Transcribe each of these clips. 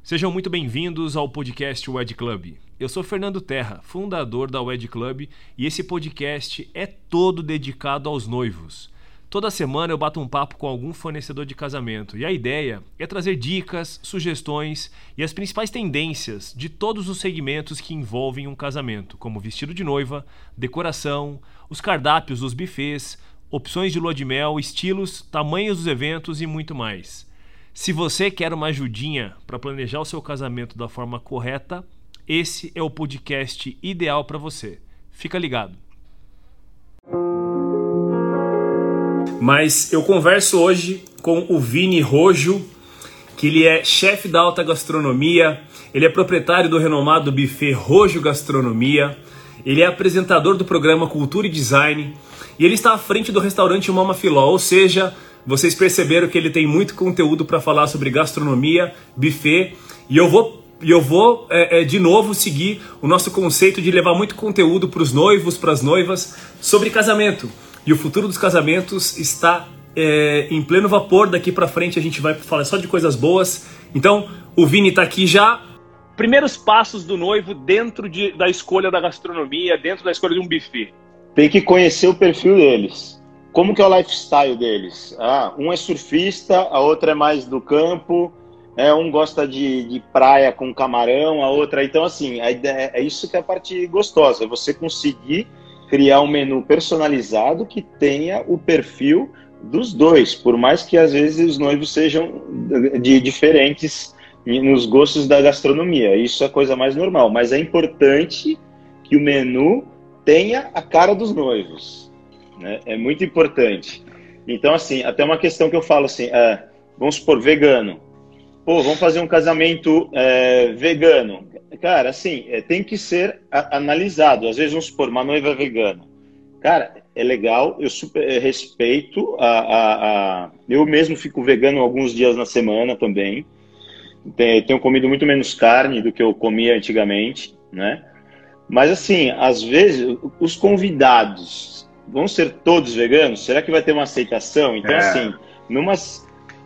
Sejam muito bem-vindos ao podcast Wed Club. Eu sou Fernando Terra, fundador da Wed Club, e esse podcast é todo dedicado aos noivos. Toda semana eu bato um papo com algum fornecedor de casamento e a ideia é trazer dicas, sugestões e as principais tendências de todos os segmentos que envolvem um casamento, como vestido de noiva, decoração, os cardápios dos buffets, opções de lua de mel, estilos, tamanhos dos eventos e muito mais. Se você quer uma ajudinha para planejar o seu casamento da forma correta, esse é o podcast ideal para você. Fica ligado. Mas eu converso hoje com o Vini Rojo, que ele é chefe da alta gastronomia, ele é proprietário do renomado buffet Rojo Gastronomia, ele é apresentador do programa Cultura e Design e ele está à frente do restaurante Mama Filó, ou seja, vocês perceberam que ele tem muito conteúdo para falar sobre gastronomia, buffet, e eu vou de novo seguir o nosso conceito de levar muito conteúdo para os noivos, para as noivas, sobre casamento. E o futuro dos casamentos está em pleno vapor. Daqui para frente a gente vai falar só de coisas boas. Então, o Vini está aqui já. Primeiros passos do noivo dentro da escolha da gastronomia, dentro da escolha de um buffet. Tem que conhecer o perfil deles. Como que é o lifestyle deles? Um é surfista, a outra é mais do campo, um gosta de praia com camarão, a outra... Então, assim, a ideia, é isso que é a parte gostosa, é você conseguir criar um menu personalizado que tenha o perfil dos dois, por mais que às vezes os noivos sejam diferentes nos gostos da gastronomia. Isso é a coisa mais normal, mas é importante que o menu tenha a cara dos noivos. É muito importante. Então, assim, até uma questão que eu falo assim, vamos supor, vegano. Pô, vamos fazer um casamento vegano. Cara, assim, tem que ser analisado. Às vezes, vamos supor, uma noiva vegana. Cara, é legal, eu super respeito. Eu mesmo fico vegano alguns dias na semana também. Tenho comido muito menos carne do que eu comia antigamente, né? Mas, assim, às vezes, os convidados... vão ser todos veganos? Será que vai ter uma aceitação? Então, assim, numas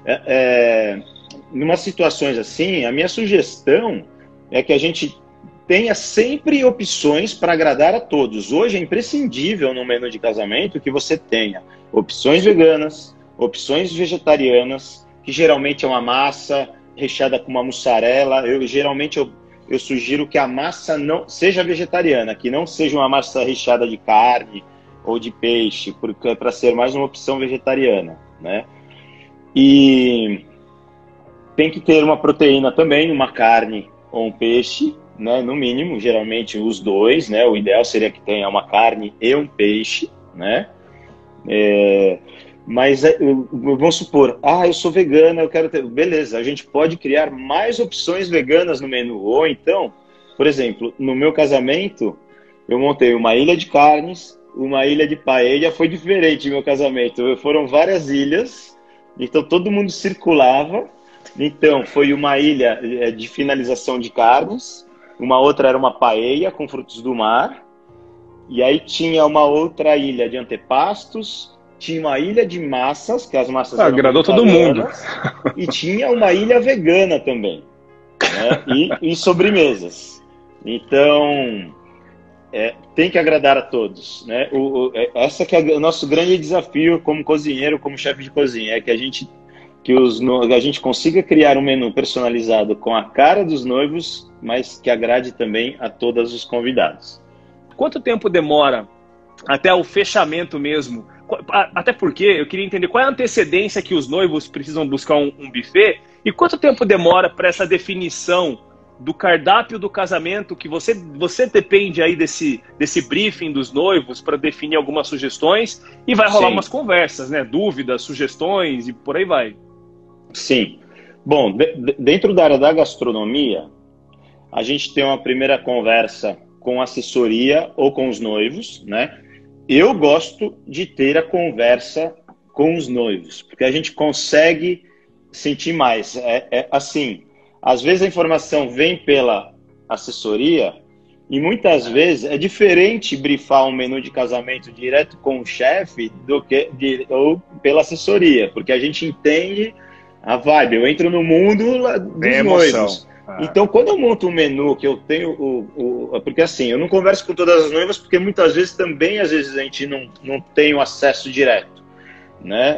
situações assim, a minha sugestão é que a gente tenha sempre opções para agradar a todos. Hoje é imprescindível no menu de casamento que você tenha opções veganas, opções vegetarianas, que geralmente é uma massa recheada com uma mussarela. Geralmente eu sugiro que a massa não seja vegetariana, que não seja uma massa recheada de carne ou de peixe, porque é para ser mais uma opção vegetariana, né? E tem que ter uma proteína também, uma carne ou um peixe, né? No mínimo, geralmente os dois, né? O ideal seria que tenha uma carne e um peixe, né? Mas vamos supor, eu sou vegana, eu quero ter... Beleza, a gente pode criar mais opções veganas no menu. Ou então, por exemplo, no meu casamento, eu montei uma ilha de carnes, uma ilha de paella. Foi diferente meu casamento. Foram várias ilhas, então todo mundo circulava. Então foi uma ilha de finalização de carnes, uma outra era uma paella com frutos do mar, e aí tinha uma outra ilha de antepastos, tinha uma ilha de massas, que as massas eram agradou todo mundo. E tinha uma ilha vegana também, né? E sobremesas. Então... tem que agradar a todos, né? Essa que é o nosso grande desafio como cozinheiro, como chefe de cozinha, é que a gente consiga criar um menu personalizado com a cara dos noivos, mas que agrade também a todos os convidados. Quanto tempo demora até o fechamento mesmo? Até porque eu queria entender qual é a antecedência que os noivos precisam buscar um buffet e quanto tempo demora para essa definição do cardápio do casamento, que você depende aí desse briefing dos noivos para definir algumas sugestões e vai rolar umas conversas, né? Dúvidas, sugestões e por aí vai. Sim. Bom, dentro da área da gastronomia, a gente tem uma primeira conversa com assessoria ou com os noivos, né? Eu gosto de ter a conversa com os noivos, porque a gente consegue sentir mais. Assim... Às vezes a informação vem pela assessoria e muitas vezes é diferente brifar um menu de casamento direto com o chefe ou pela assessoria, porque a gente entende a vibe. Eu entro no mundo dos noivos. Então, quando eu monto um menu que eu tenho porque assim, eu não converso com todas as noivas, porque muitas vezes também, às vezes, a gente não tem o acesso direto, né?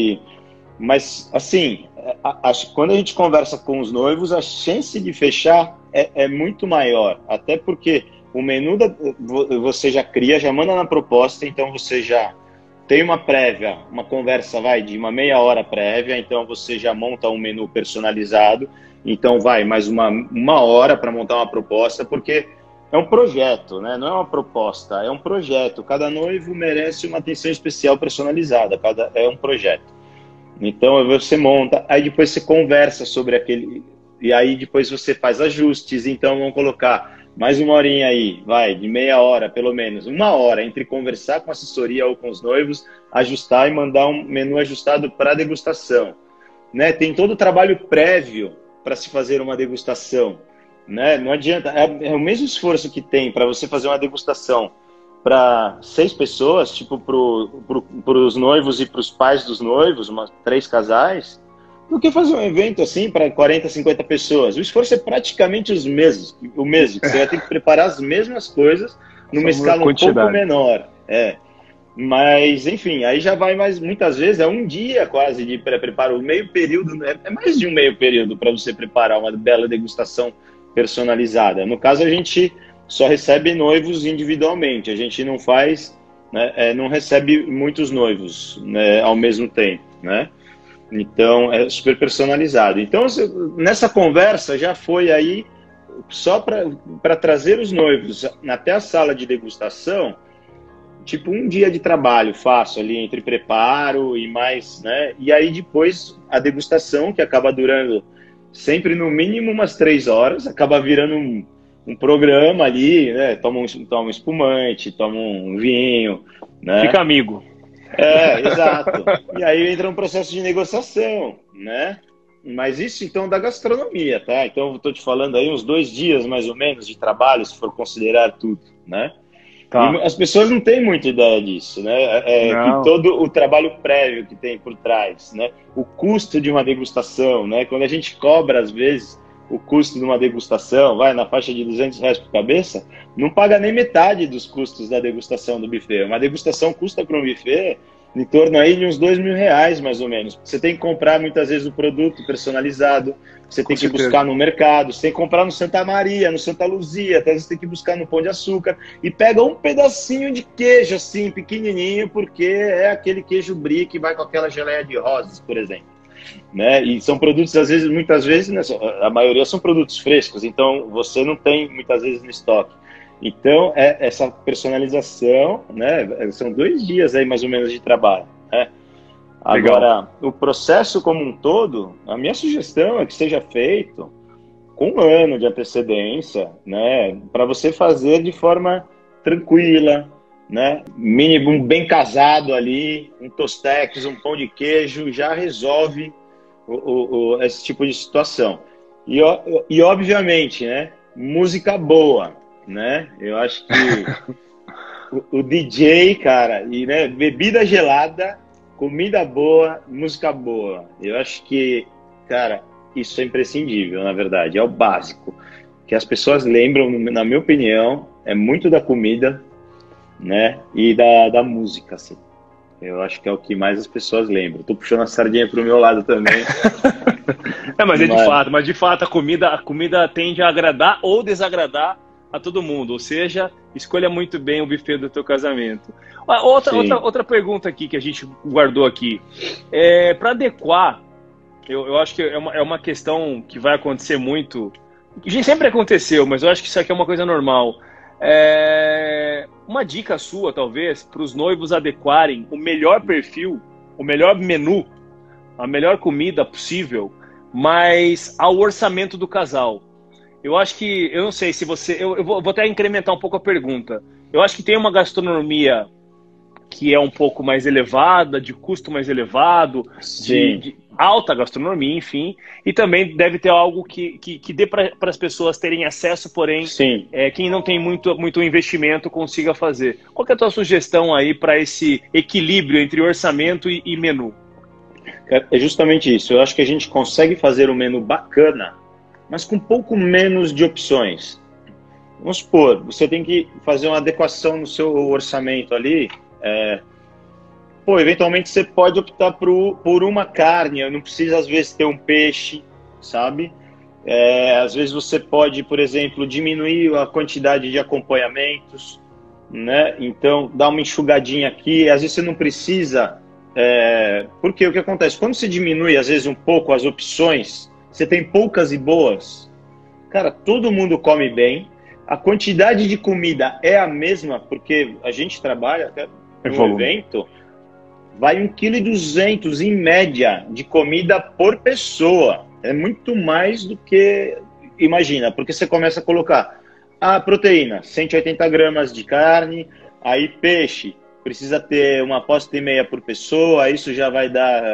Mas, assim, quando a gente conversa com os noivos, a chance de fechar é muito maior. Até porque o menu você já cria, já manda na proposta, então você já tem uma prévia, uma conversa, de uma meia hora prévia, então você já monta um menu personalizado. Então mais uma hora para montar uma proposta, porque é um projeto, né? Não é uma proposta, é um projeto. Cada noivo merece uma atenção especial personalizada, é um projeto. Então você monta, aí depois você conversa sobre aquele, e aí depois você faz ajustes. Então vamos colocar mais uma horinha aí, de meia hora pelo menos, uma hora entre conversar com a assessoria ou com os noivos, ajustar e mandar um menu ajustado para degustação, né? Tem todo o trabalho prévio para se fazer uma degustação, né? Não adianta, é o mesmo esforço que tem para você fazer uma degustação para 6 pessoas, tipo para os noivos e para os pais dos noivos, 3 casais, do que fazer um evento assim para 40, 50 pessoas. O esforço é praticamente o mesmo. Você vai ter que preparar as mesmas coisas numa escala um pouco menor. Mas, enfim, aí já vai muitas vezes é um dia quase de pré-preparo, meio período, é mais de um meio período para você preparar uma bela degustação personalizada. No caso, a gente só recebe noivos individualmente, a gente não faz, né, não recebe muitos noivos, né, ao mesmo tempo, né? Então, é super personalizado. Então, nessa conversa já foi aí, só para trazer os noivos até a sala de degustação, tipo um dia de trabalho fácil ali entre preparo e mais, né? E aí depois a degustação, que acaba durando sempre no mínimo umas 3 horas, acaba virando um programa ali, né? Toma um espumante, toma um vinho, né? Fica amigo. Exato. E aí entra um processo de negociação, né? Mas isso então da gastronomia, tá? Então eu estou te falando aí uns 2 dias mais ou menos de trabalho, se for considerar tudo, né? Tá. E as pessoas não têm muita ideia disso, né? Que todo o trabalho prévio que tem por trás, né? O custo de uma degustação, né? Quando a gente cobra, às vezes, o custo de uma degustação, na faixa de R$200 por cabeça, não paga nem metade dos custos da degustação do buffet. Uma degustação custa para um buffet em torno aí de uns R$2.000, mais ou menos. Você tem que comprar, muitas vezes, o produto personalizado, você tem que buscar no mercado, você tem que comprar no Santa Maria, no Santa Luzia, até você tem que buscar no Pão de Açúcar, e pega um pedacinho de queijo, assim, pequenininho, porque é aquele queijo brie que vai com aquela geleia de rosas, por exemplo. Né? E são produtos, muitas vezes, né, a maioria são produtos frescos, então você não tem, muitas vezes, no estoque. Então, essa personalização, né, são 2 dias aí, mais ou menos, de trabalho, né? Agora, o processo como um todo, a minha sugestão é que seja feito com 1 ano de antecedência, né, para você fazer de forma tranquila, né, mínimo bem casado ali, um tostex, um pão de queijo, já resolve esse tipo de situação. E obviamente, né, música boa, né? Eu acho que o DJ, cara, e né, bebida gelada, comida boa, música boa. Eu acho que, cara, isso é imprescindível, na verdade, é o básico. Que as pessoas lembram, na minha opinião, é muito da comida, né? E da música, assim. Eu acho que é o que mais as pessoas lembram. Tô puxando a sardinha pro meu lado também. Mas de fato a comida tende a agradar ou desagradar a todo mundo. Ou seja, escolha muito bem o buffet do teu casamento. Outra pergunta aqui que a gente guardou aqui. Para adequar, eu acho que é uma questão que vai acontecer muito. Que sempre aconteceu, mas eu acho que isso aqui é uma coisa normal. Uma dica sua, talvez, para os noivos adequarem o melhor perfil, o melhor menu, a melhor comida possível, mas ao orçamento do casal. Eu acho que, eu não sei se você... Eu vou até incrementar um pouco a pergunta. Eu acho que tem uma gastronomia que é um pouco mais elevada, de custo mais elevado, de alta gastronomia, enfim, e também deve ter algo que dê para as pessoas terem acesso, porém, quem não tem muito investimento consiga fazer. Qual que é a tua sugestão aí para esse equilíbrio entre orçamento e menu? É justamente isso. Eu acho que a gente consegue fazer um menu bacana, mas com um pouco menos de opções. Vamos supor, você tem que fazer uma adequação no seu orçamento ali. Eventualmente você pode optar por uma carne, não precisa às vezes ter um peixe, sabe? Às vezes você pode, por exemplo, diminuir a quantidade de acompanhamentos, né? Então, dá uma enxugadinha aqui. Às vezes você não precisa... porque o que acontece? Quando você diminui, às vezes, um pouco as opções, você tem poucas e boas, cara, todo mundo come bem, a quantidade de comida é a mesma, porque a gente trabalha no evento, vai 1,2 kg em média de comida por pessoa. É muito mais do que... Imagina, porque você começa a colocar a proteína, 180 gramas de carne, aí peixe, precisa ter uma posta e meia por pessoa, isso já vai dar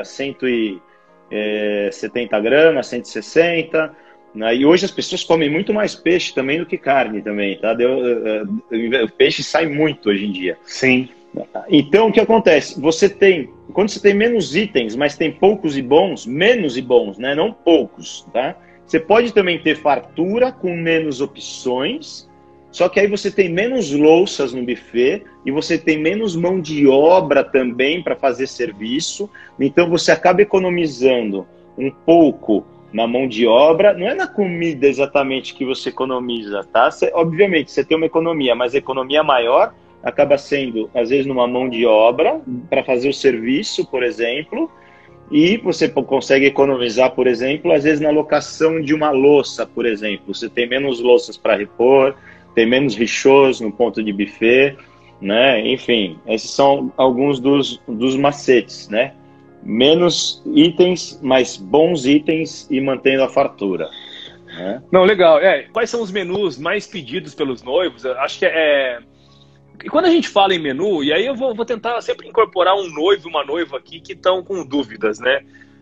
170 gramas, 160. E hoje as pessoas comem muito mais peixe também do que carne também, tá? O peixe sai muito hoje em dia. Sim. Então, o que acontece? Quando você tem menos itens, mas tem poucos e bons, menos e bons, né? Não poucos, tá? Você pode também ter fartura com menos opções, só que aí você tem menos louças no buffet e você tem menos mão de obra também para fazer serviço. Então, você acaba economizando um pouco na mão de obra. Não é na comida exatamente que você economiza, tá? Obviamente, você tem uma economia, mas a economia maior acaba sendo, às vezes, numa mão de obra para fazer o serviço, por exemplo, e você consegue economizar, por exemplo, às vezes na locação de uma louça, por exemplo. Você tem menos louças para repor, tem menos richôs no ponto de buffet, né? Enfim, esses são alguns dos macetes, né? Menos itens, mas bons itens e mantendo a fartura. Né? Não, legal. Quais são os menus mais pedidos pelos noivos? Eu acho que E quando a gente fala em menu, e aí eu vou tentar sempre incorporar um noivo e uma noiva aqui que estão com dúvidas, né?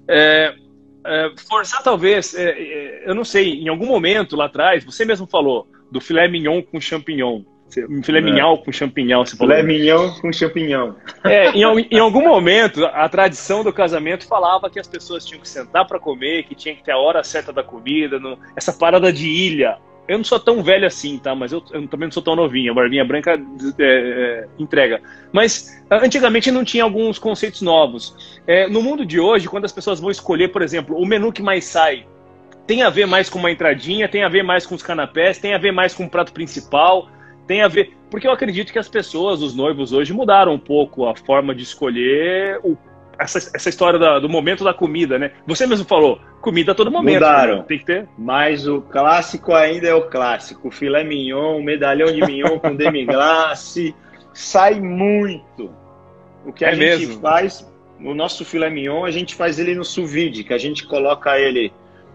Forçar talvez, eu não sei, em algum momento lá atrás, você mesmo falou do filé mignon com champignon. Filé mignon com champignon, você falou. Filé mignon com champignon. Em algum momento, a tradição do casamento falava que as pessoas tinham que sentar para comer, que tinha que ter a hora certa da comida, essa parada de ilha. Eu não sou tão velho assim, tá? Mas eu também não sou tão novinho. A barbinha branca entrega. Mas antigamente não tinha alguns conceitos novos. No mundo de hoje, quando as pessoas vão escolher, por exemplo, o menu que mais sai, tem a ver mais com uma entradinha, tem a ver mais com os canapés, tem a ver mais com o prato principal, tem a ver... Porque eu acredito que as pessoas, os noivos hoje, mudaram um pouco a forma de escolher essa história do momento da comida, né? Você mesmo falou, comida a todo momento. Mudaram. Né? Tem que ter. Mas o clássico ainda é o clássico. O filé mignon, o medalhão de mignon com demi-glace, sai muito. O que a gente faz, o nosso filé mignon, a gente faz ele no sous vide, que a gente coloca ele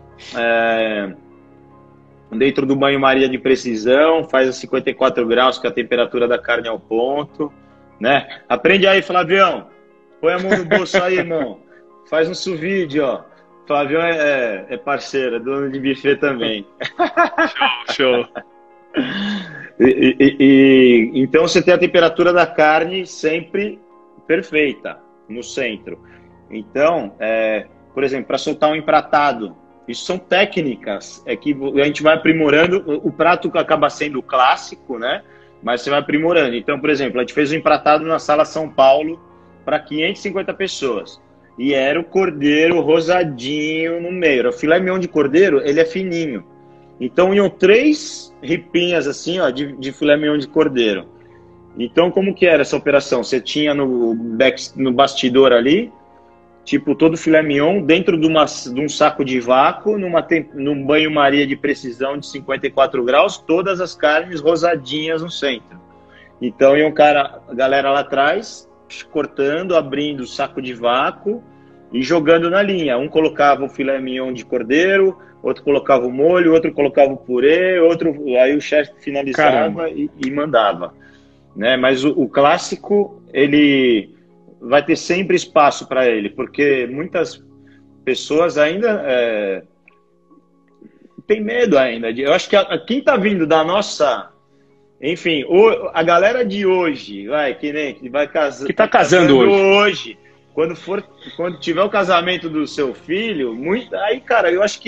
dentro do banho-maria de precisão, faz a 54 graus, que é a temperatura da carne ao ponto, né? Aprende aí, Flavião. Põe a mão no bolso aí, irmão. Faz um sous vide, ó. Flavião é parceiro, é dono de buffet também. Show. Então você tem a temperatura da carne sempre perfeita no centro. Então, por exemplo, para soltar um empratado, isso são técnicas, que a gente vai aprimorando. O prato acaba sendo o clássico, né? Mas você vai aprimorando. Então, por exemplo, a gente fez um empratado na Sala São Paulo para 550 pessoas. E era o cordeiro rosadinho no meio. O filé mignon de cordeiro, ele é fininho. Então, iam 3 ripinhas assim, ó, de filé mignon de cordeiro. Então, como que era essa operação? Você tinha no bastidor ali, tipo, todo filé mignon dentro de um saco de vácuo, num banho-maria de precisão de 54 graus, todas as carnes rosadinhas no centro. Então, ia a galera lá atrás, cortando, abrindo o saco de vácuo e jogando na linha. Um colocava o filé mignon de cordeiro, outro colocava o molho, outro colocava o purê, aí o chefe finalizava e mandava. Né? Mas o clássico, ele vai ter sempre espaço para ele, porque muitas pessoas ainda tem medo ainda. Eu acho que quem está vindo da nossa... Enfim, a galera de hoje, que vai casar, que tá casando hoje, quando tiver o casamento do seu filho, aí, cara, eu acho que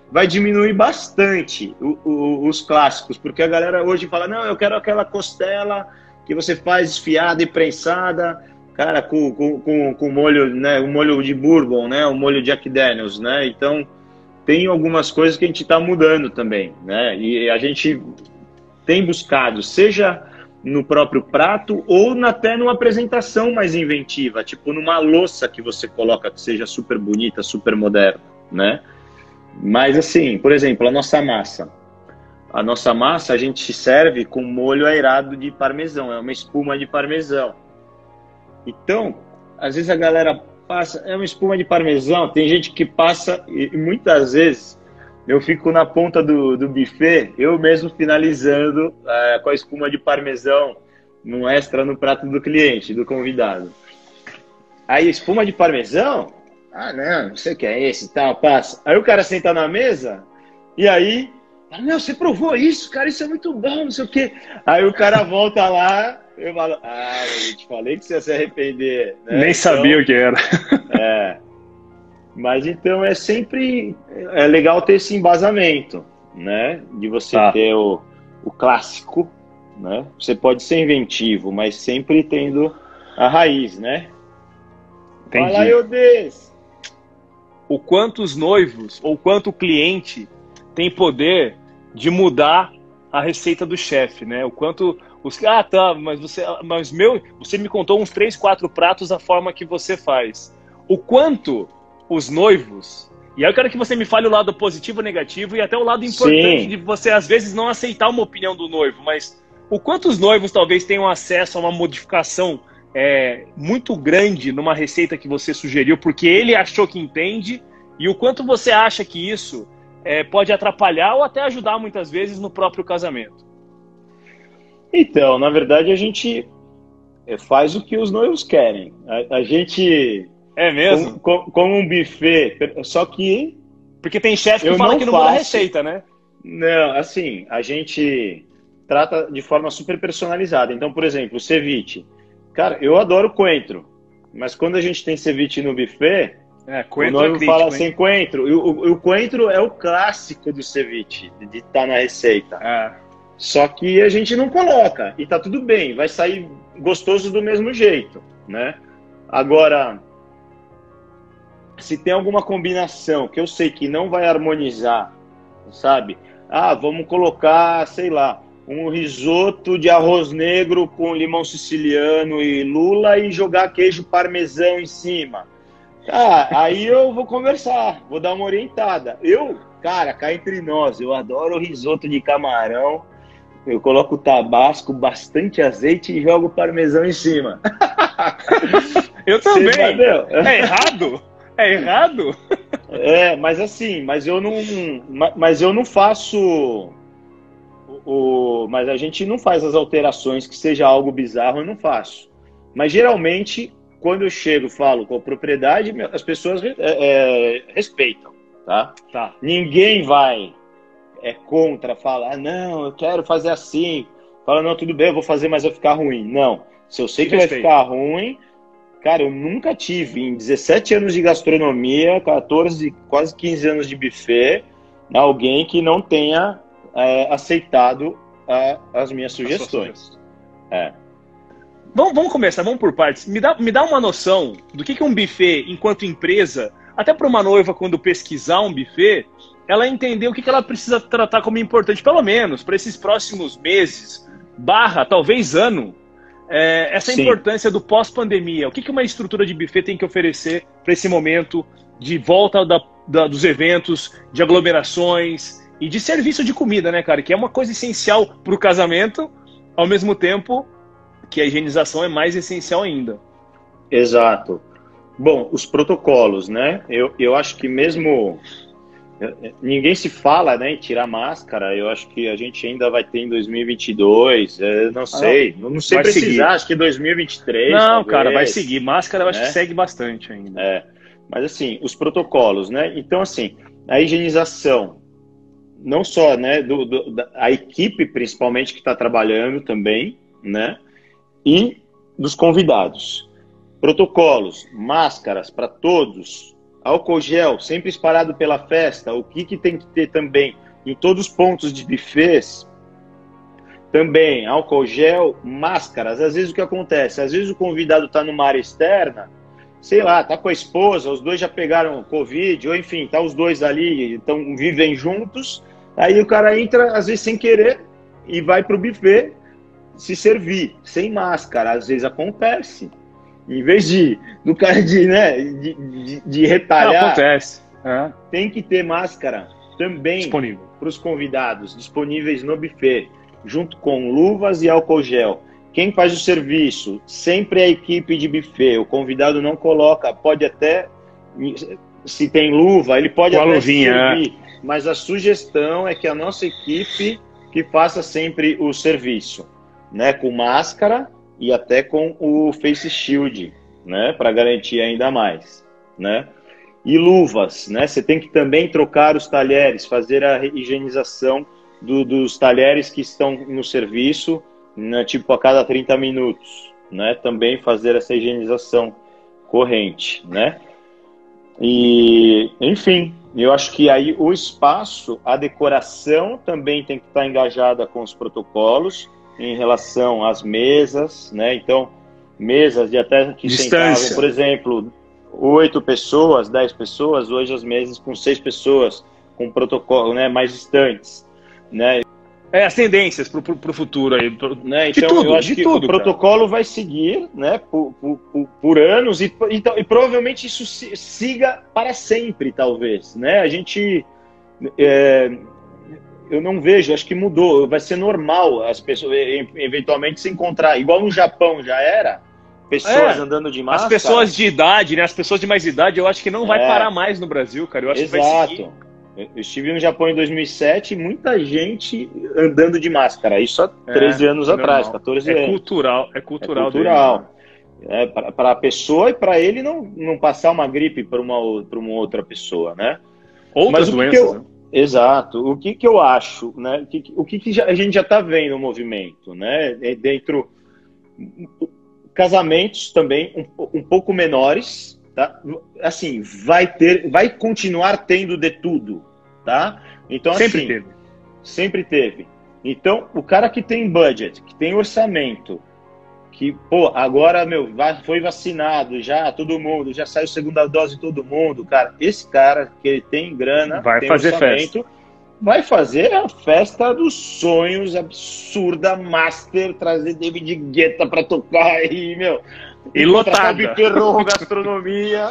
vai diminuir bastante os clássicos, porque a galera hoje fala, não, eu quero aquela costela que você faz esfiada e prensada, cara, com molho, né, um molho de bourbon, né, um molho Jack Daniels, né, então tem algumas coisas que a gente está mudando também, né, e a gente tem buscado, seja no próprio prato ou até numa apresentação mais inventiva, tipo numa louça que você coloca que seja super bonita, super moderna, né? Mas assim, por exemplo, a nossa massa a gente serve com molho aerado de parmesão, é uma espuma de parmesão. Então, às vezes a galera passa, é uma espuma de parmesão, tem gente que passa e muitas vezes eu fico na ponta do buffet, eu mesmo finalizando com a espuma de parmesão, num extra no prato do cliente, do convidado. Aí, espuma de parmesão? Ah, não sei o que é esse, tal, passa. Aí o cara senta na mesa, e aí, não, você provou isso, cara, isso é muito bom, não sei o quê. Aí o cara volta lá, eu falo, eu te falei que você ia se arrepender. Né? Nem sabia o que era. Mas então é sempre legal ter esse embasamento, né? De você ter o clássico, né? Você pode ser inventivo, mas sempre tendo a raiz, né? Entendi. Fala aí, Odês. O quanto os noivos ou quanto o cliente tem poder de mudar a receita do chefe, né? O quanto os você me contou uns 3, 4 pratos da forma que você faz. O quanto os noivos, e aí eu quero que você me fale o lado positivo, negativo e até o lado importante de você às vezes não aceitar uma opinião do noivo, mas o quanto os noivos talvez tenham acesso a uma modificação muito grande numa receita que você sugeriu porque ele achou que entende, e o quanto você acha que isso pode atrapalhar ou até ajudar muitas vezes no próprio casamento. Então, na verdade a gente faz o que os noivos querem, a gente... É mesmo? Como um buffet, só que... Porque tem chefe que fala que não muda a receita, né? Não, assim, a gente trata de forma super personalizada. Então, por exemplo, o ceviche. Cara, eu adoro coentro, mas quando a gente tem ceviche no buffet, o noivo fala sem coentro. O coentro é o clássico do ceviche, de estar na receita. Só que a gente não coloca, e tá tudo bem, vai sair gostoso do mesmo jeito, né? Agora... se tem alguma combinação que eu sei que não vai harmonizar, sabe? Vamos colocar, sei lá, um risoto de arroz negro com limão siciliano e lula e jogar queijo parmesão em cima. Aí eu vou conversar, vou dar uma orientada. Cara, cá entre nós, eu adoro risoto de camarão. Eu coloco tabasco, bastante azeite e jogo parmesão em cima. Eu também. É errado? É errado? Mas assim, mas eu não faço mas a gente não faz as alterações que seja algo bizarro, eu não faço. Mas geralmente, quando eu chego e falo com a propriedade, as pessoas respeitam, tá? Ninguém vai contra, fala, não, eu quero fazer assim. Fala, não, tudo bem, eu vou fazer, mas vai ficar ruim. Não, se eu sei que vai ficar ruim... Cara, eu nunca tive, em 17 anos de gastronomia, 14, quase 15 anos de buffet, alguém que não tenha aceitado as minhas sugestões. Vamos começar, vamos por partes. Me dá uma noção do que um buffet, enquanto empresa, até para uma noiva, quando pesquisar um buffet, ela entender o que ela precisa tratar como importante, pelo menos, para esses próximos meses, talvez ano, essa importância do pós-pandemia. O que uma estrutura de buffet tem que oferecer para esse momento de volta dos eventos, de aglomerações e de serviço de comida, né, cara? Que é uma coisa essencial para o casamento, ao mesmo tempo que a higienização é mais essencial ainda. Exato. Bom, os protocolos, né? Eu acho que mesmo... Ninguém se fala, né, em tirar máscara. Eu acho que a gente ainda vai ter em 2022. Não sei, não sei precisar. Seguir. Acho que 2023. Não, talvez. Cara, vai seguir. Máscara, eu acho que segue bastante ainda. Mas assim, os protocolos, né? Então, assim, a higienização, não só, né, a equipe principalmente que está trabalhando também, né, e dos convidados. Protocolos, máscaras para todos. álcool gel, sempre espalhado pela festa. O que tem que ter também? Em todos os pontos de buffets, também álcool gel, máscaras. Às vezes o que acontece? Às vezes o convidado está numa área externa, sei lá, tá com a esposa, os dois já pegaram Covid, ou enfim, tá os dois ali, então vivem juntos, aí o cara entra, às vezes sem querer, e vai pro buffet se servir, sem máscara. Às vezes acontece. Em vez do cara de retalhar, não, acontece. Tem que ter máscara também para os convidados, disponíveis no buffet, junto com luvas e álcool gel. Quem faz o serviço? Sempre a equipe de buffet. O convidado não coloca, pode até, se tem luva, ele pode até servir. Mas a sugestão é que a nossa equipe que faça sempre o serviço, né? Com máscara e até com o face shield, né? Para garantir ainda mais, né? E luvas, né? Você tem que também trocar os talheres, fazer a higienização dos talheres que estão no serviço, né, tipo a cada 30 minutos, né? Também fazer essa higienização corrente, né? E, enfim, eu acho que aí o espaço, a decoração também tem que estar engajada com os protocolos em relação às mesas, né? Então, mesas de até que sentavam, por exemplo, 8 pessoas, 10 pessoas, hoje as mesas com 6 pessoas, com protocolo, né, mais distantes, né? As tendências para o futuro aí, né? Então, eu acho que o protocolo vai seguir, né, por anos e provavelmente isso siga para sempre, talvez, né? A gente, eu não vejo, acho que mudou, vai ser normal as pessoas eventualmente se encontrar, igual no Japão já era, pessoas andando de máscara. As pessoas de idade, né? As pessoas de mais idade, eu acho que não vai parar mais no Brasil, cara. Eu acho que vai seguir. Eu estive no Japão em 2007 e muita gente andando de máscara. Isso há 13 anos atrás, 14 anos. É cultural. Para a pessoa e para ele não passar uma gripe para uma outra pessoa, né? Outras doenças, né? Exato. O que eu acho, né? O que a gente já está vendo no movimento, né? Dentro... Casamentos também um pouco menores, tá? Assim, vai continuar tendo de tudo, tá? Então, assim, sempre teve. Então, o cara que tem budget, que tem orçamento, que, pô, agora, foi vacinado já, todo mundo, já saiu segunda dose todo mundo, cara, esse cara que ele tem grana, vai tem fazer orçamento, festa. Vai fazer a festa dos sonhos, absurda, master, trazer David Guetta pra tocar aí, e lotada. Perro gastronomia.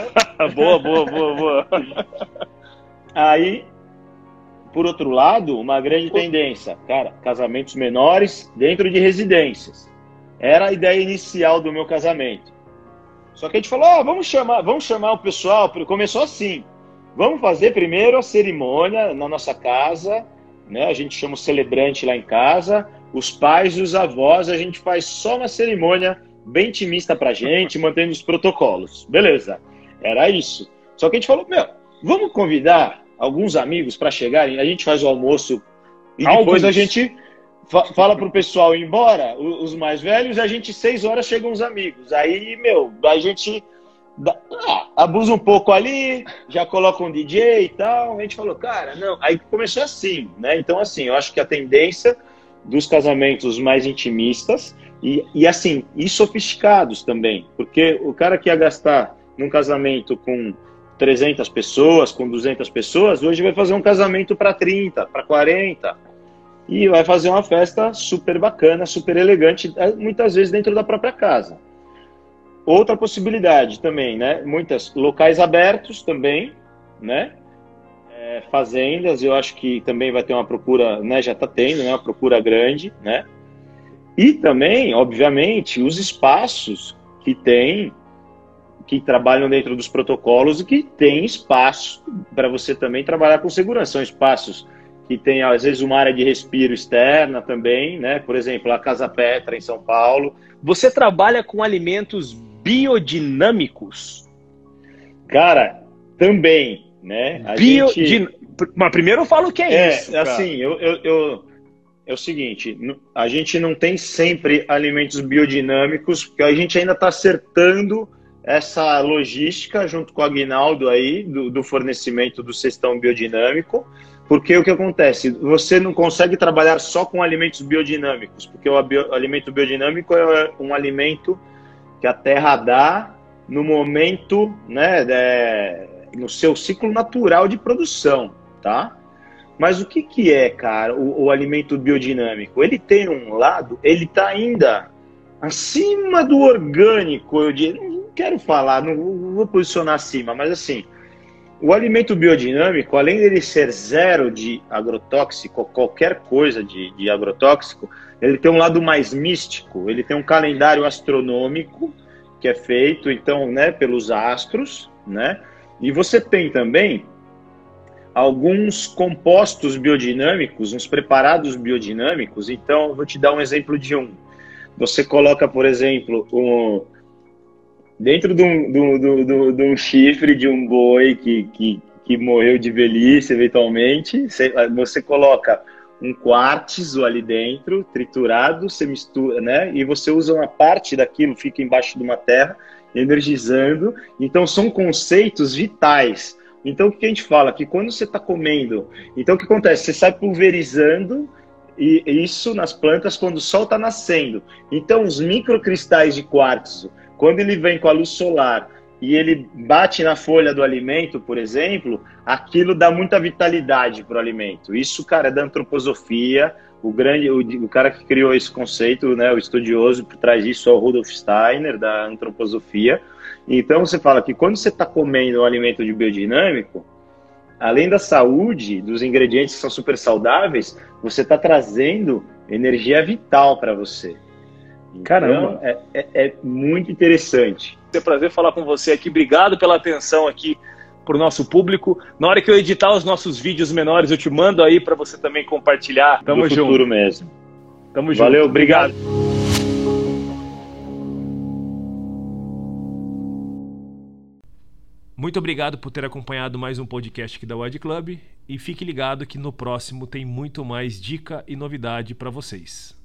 Boa. Aí, por outro lado, uma grande tendência, cara, casamentos menores dentro de residências. Era a ideia inicial do meu casamento. Só que a gente falou, vamos chamar o pessoal, começou assim. Vamos fazer primeiro a cerimônia na nossa casa, né? A gente chama o celebrante lá em casa, os pais e os avós, a gente faz só uma cerimônia bem intimista pra gente, mantendo os protocolos. Beleza, era isso. Só que a gente falou, vamos convidar alguns amigos para chegarem, a gente faz o almoço e depois a gente fala pro pessoal ir embora, os mais velhos, e a gente 6 horas chegam os amigos. Aí, a gente... abusa um pouco ali, já coloca um DJ e tal. A gente falou, cara, não. Aí começou assim, né? Então, assim, eu acho que a tendência dos casamentos mais intimistas e assim, e sofisticados também, porque o cara que ia gastar num casamento com 300 pessoas, com 200 pessoas, hoje vai fazer um casamento para 30, para 40 e vai fazer uma festa super bacana, super elegante, muitas vezes dentro da própria casa. Outra possibilidade também, né? Muitos locais abertos também, né? Fazendas, eu acho que também vai ter uma procura, né? Já está tendo, né? Uma procura grande, né? E também, obviamente, os espaços que trabalham dentro dos protocolos e que tem espaço para você também trabalhar com segurança. São espaços que tem, às vezes, uma área de respiro externa também, né? Por exemplo, a Casa Petra, em São Paulo. Você trabalha com alimentos biodinâmicos? Cara, também, né? Mas primeiro eu falo o que é isso. Assim, é o seguinte, a gente não tem sempre alimentos biodinâmicos, porque a gente ainda está acertando essa logística junto com o Aguinaldo aí, do fornecimento do cestão biodinâmico, porque o que acontece? Você não consegue trabalhar só com alimentos biodinâmicos, porque o alimento biodinâmico é um alimento que a terra dá no momento, né, no seu ciclo natural de produção, tá? Mas o que é, cara, o alimento biodinâmico? Ele tem um lado, ele está ainda acima do orgânico, eu diria, não quero falar, não vou posicionar acima, mas assim, o alimento biodinâmico, além dele ser zero de agrotóxico, qualquer coisa de agrotóxico, ele tem um lado mais místico, ele tem um calendário astronômico que é feito, então, né, pelos astros, né? E você tem também alguns compostos biodinâmicos, uns preparados biodinâmicos. Então, vou te dar um exemplo de um. Você coloca, por exemplo, dentro de um chifre de um boi que morreu de velhice, eventualmente, você coloca um quartzo ali dentro, triturado, você mistura, né? E você usa uma parte daquilo, fica embaixo de uma terra, energizando. Então, são conceitos vitais. Então, o que a gente fala? Que quando você está comendo... Então, o que acontece? Você sai pulverizando isso nas plantas quando o sol está nascendo. Então, os microcristais de quartzo, quando ele vem com a luz solar e ele bate na folha do alimento, por exemplo, aquilo dá muita vitalidade para o alimento. Isso, cara, é da antroposofia. O cara que criou esse conceito, né, o estudioso por trás disso é o Rudolf Steiner, da antroposofia. Então, você fala que quando você está comendo um alimento de biodinâmico, além da saúde, dos ingredientes que são super saudáveis, você está trazendo energia vital para você. Então, caramba, é muito interessante. É um prazer falar com você aqui. Obrigado pela atenção aqui para o nosso público. Na hora que eu editar os nossos vídeos menores, eu te mando aí para você também compartilhar. Tamo junto. Futuro mesmo. Tamo junto. Valeu, obrigado. Muito obrigado por ter acompanhado mais um podcast aqui da WAD Club e fique ligado que no próximo tem muito mais dica e novidade para vocês.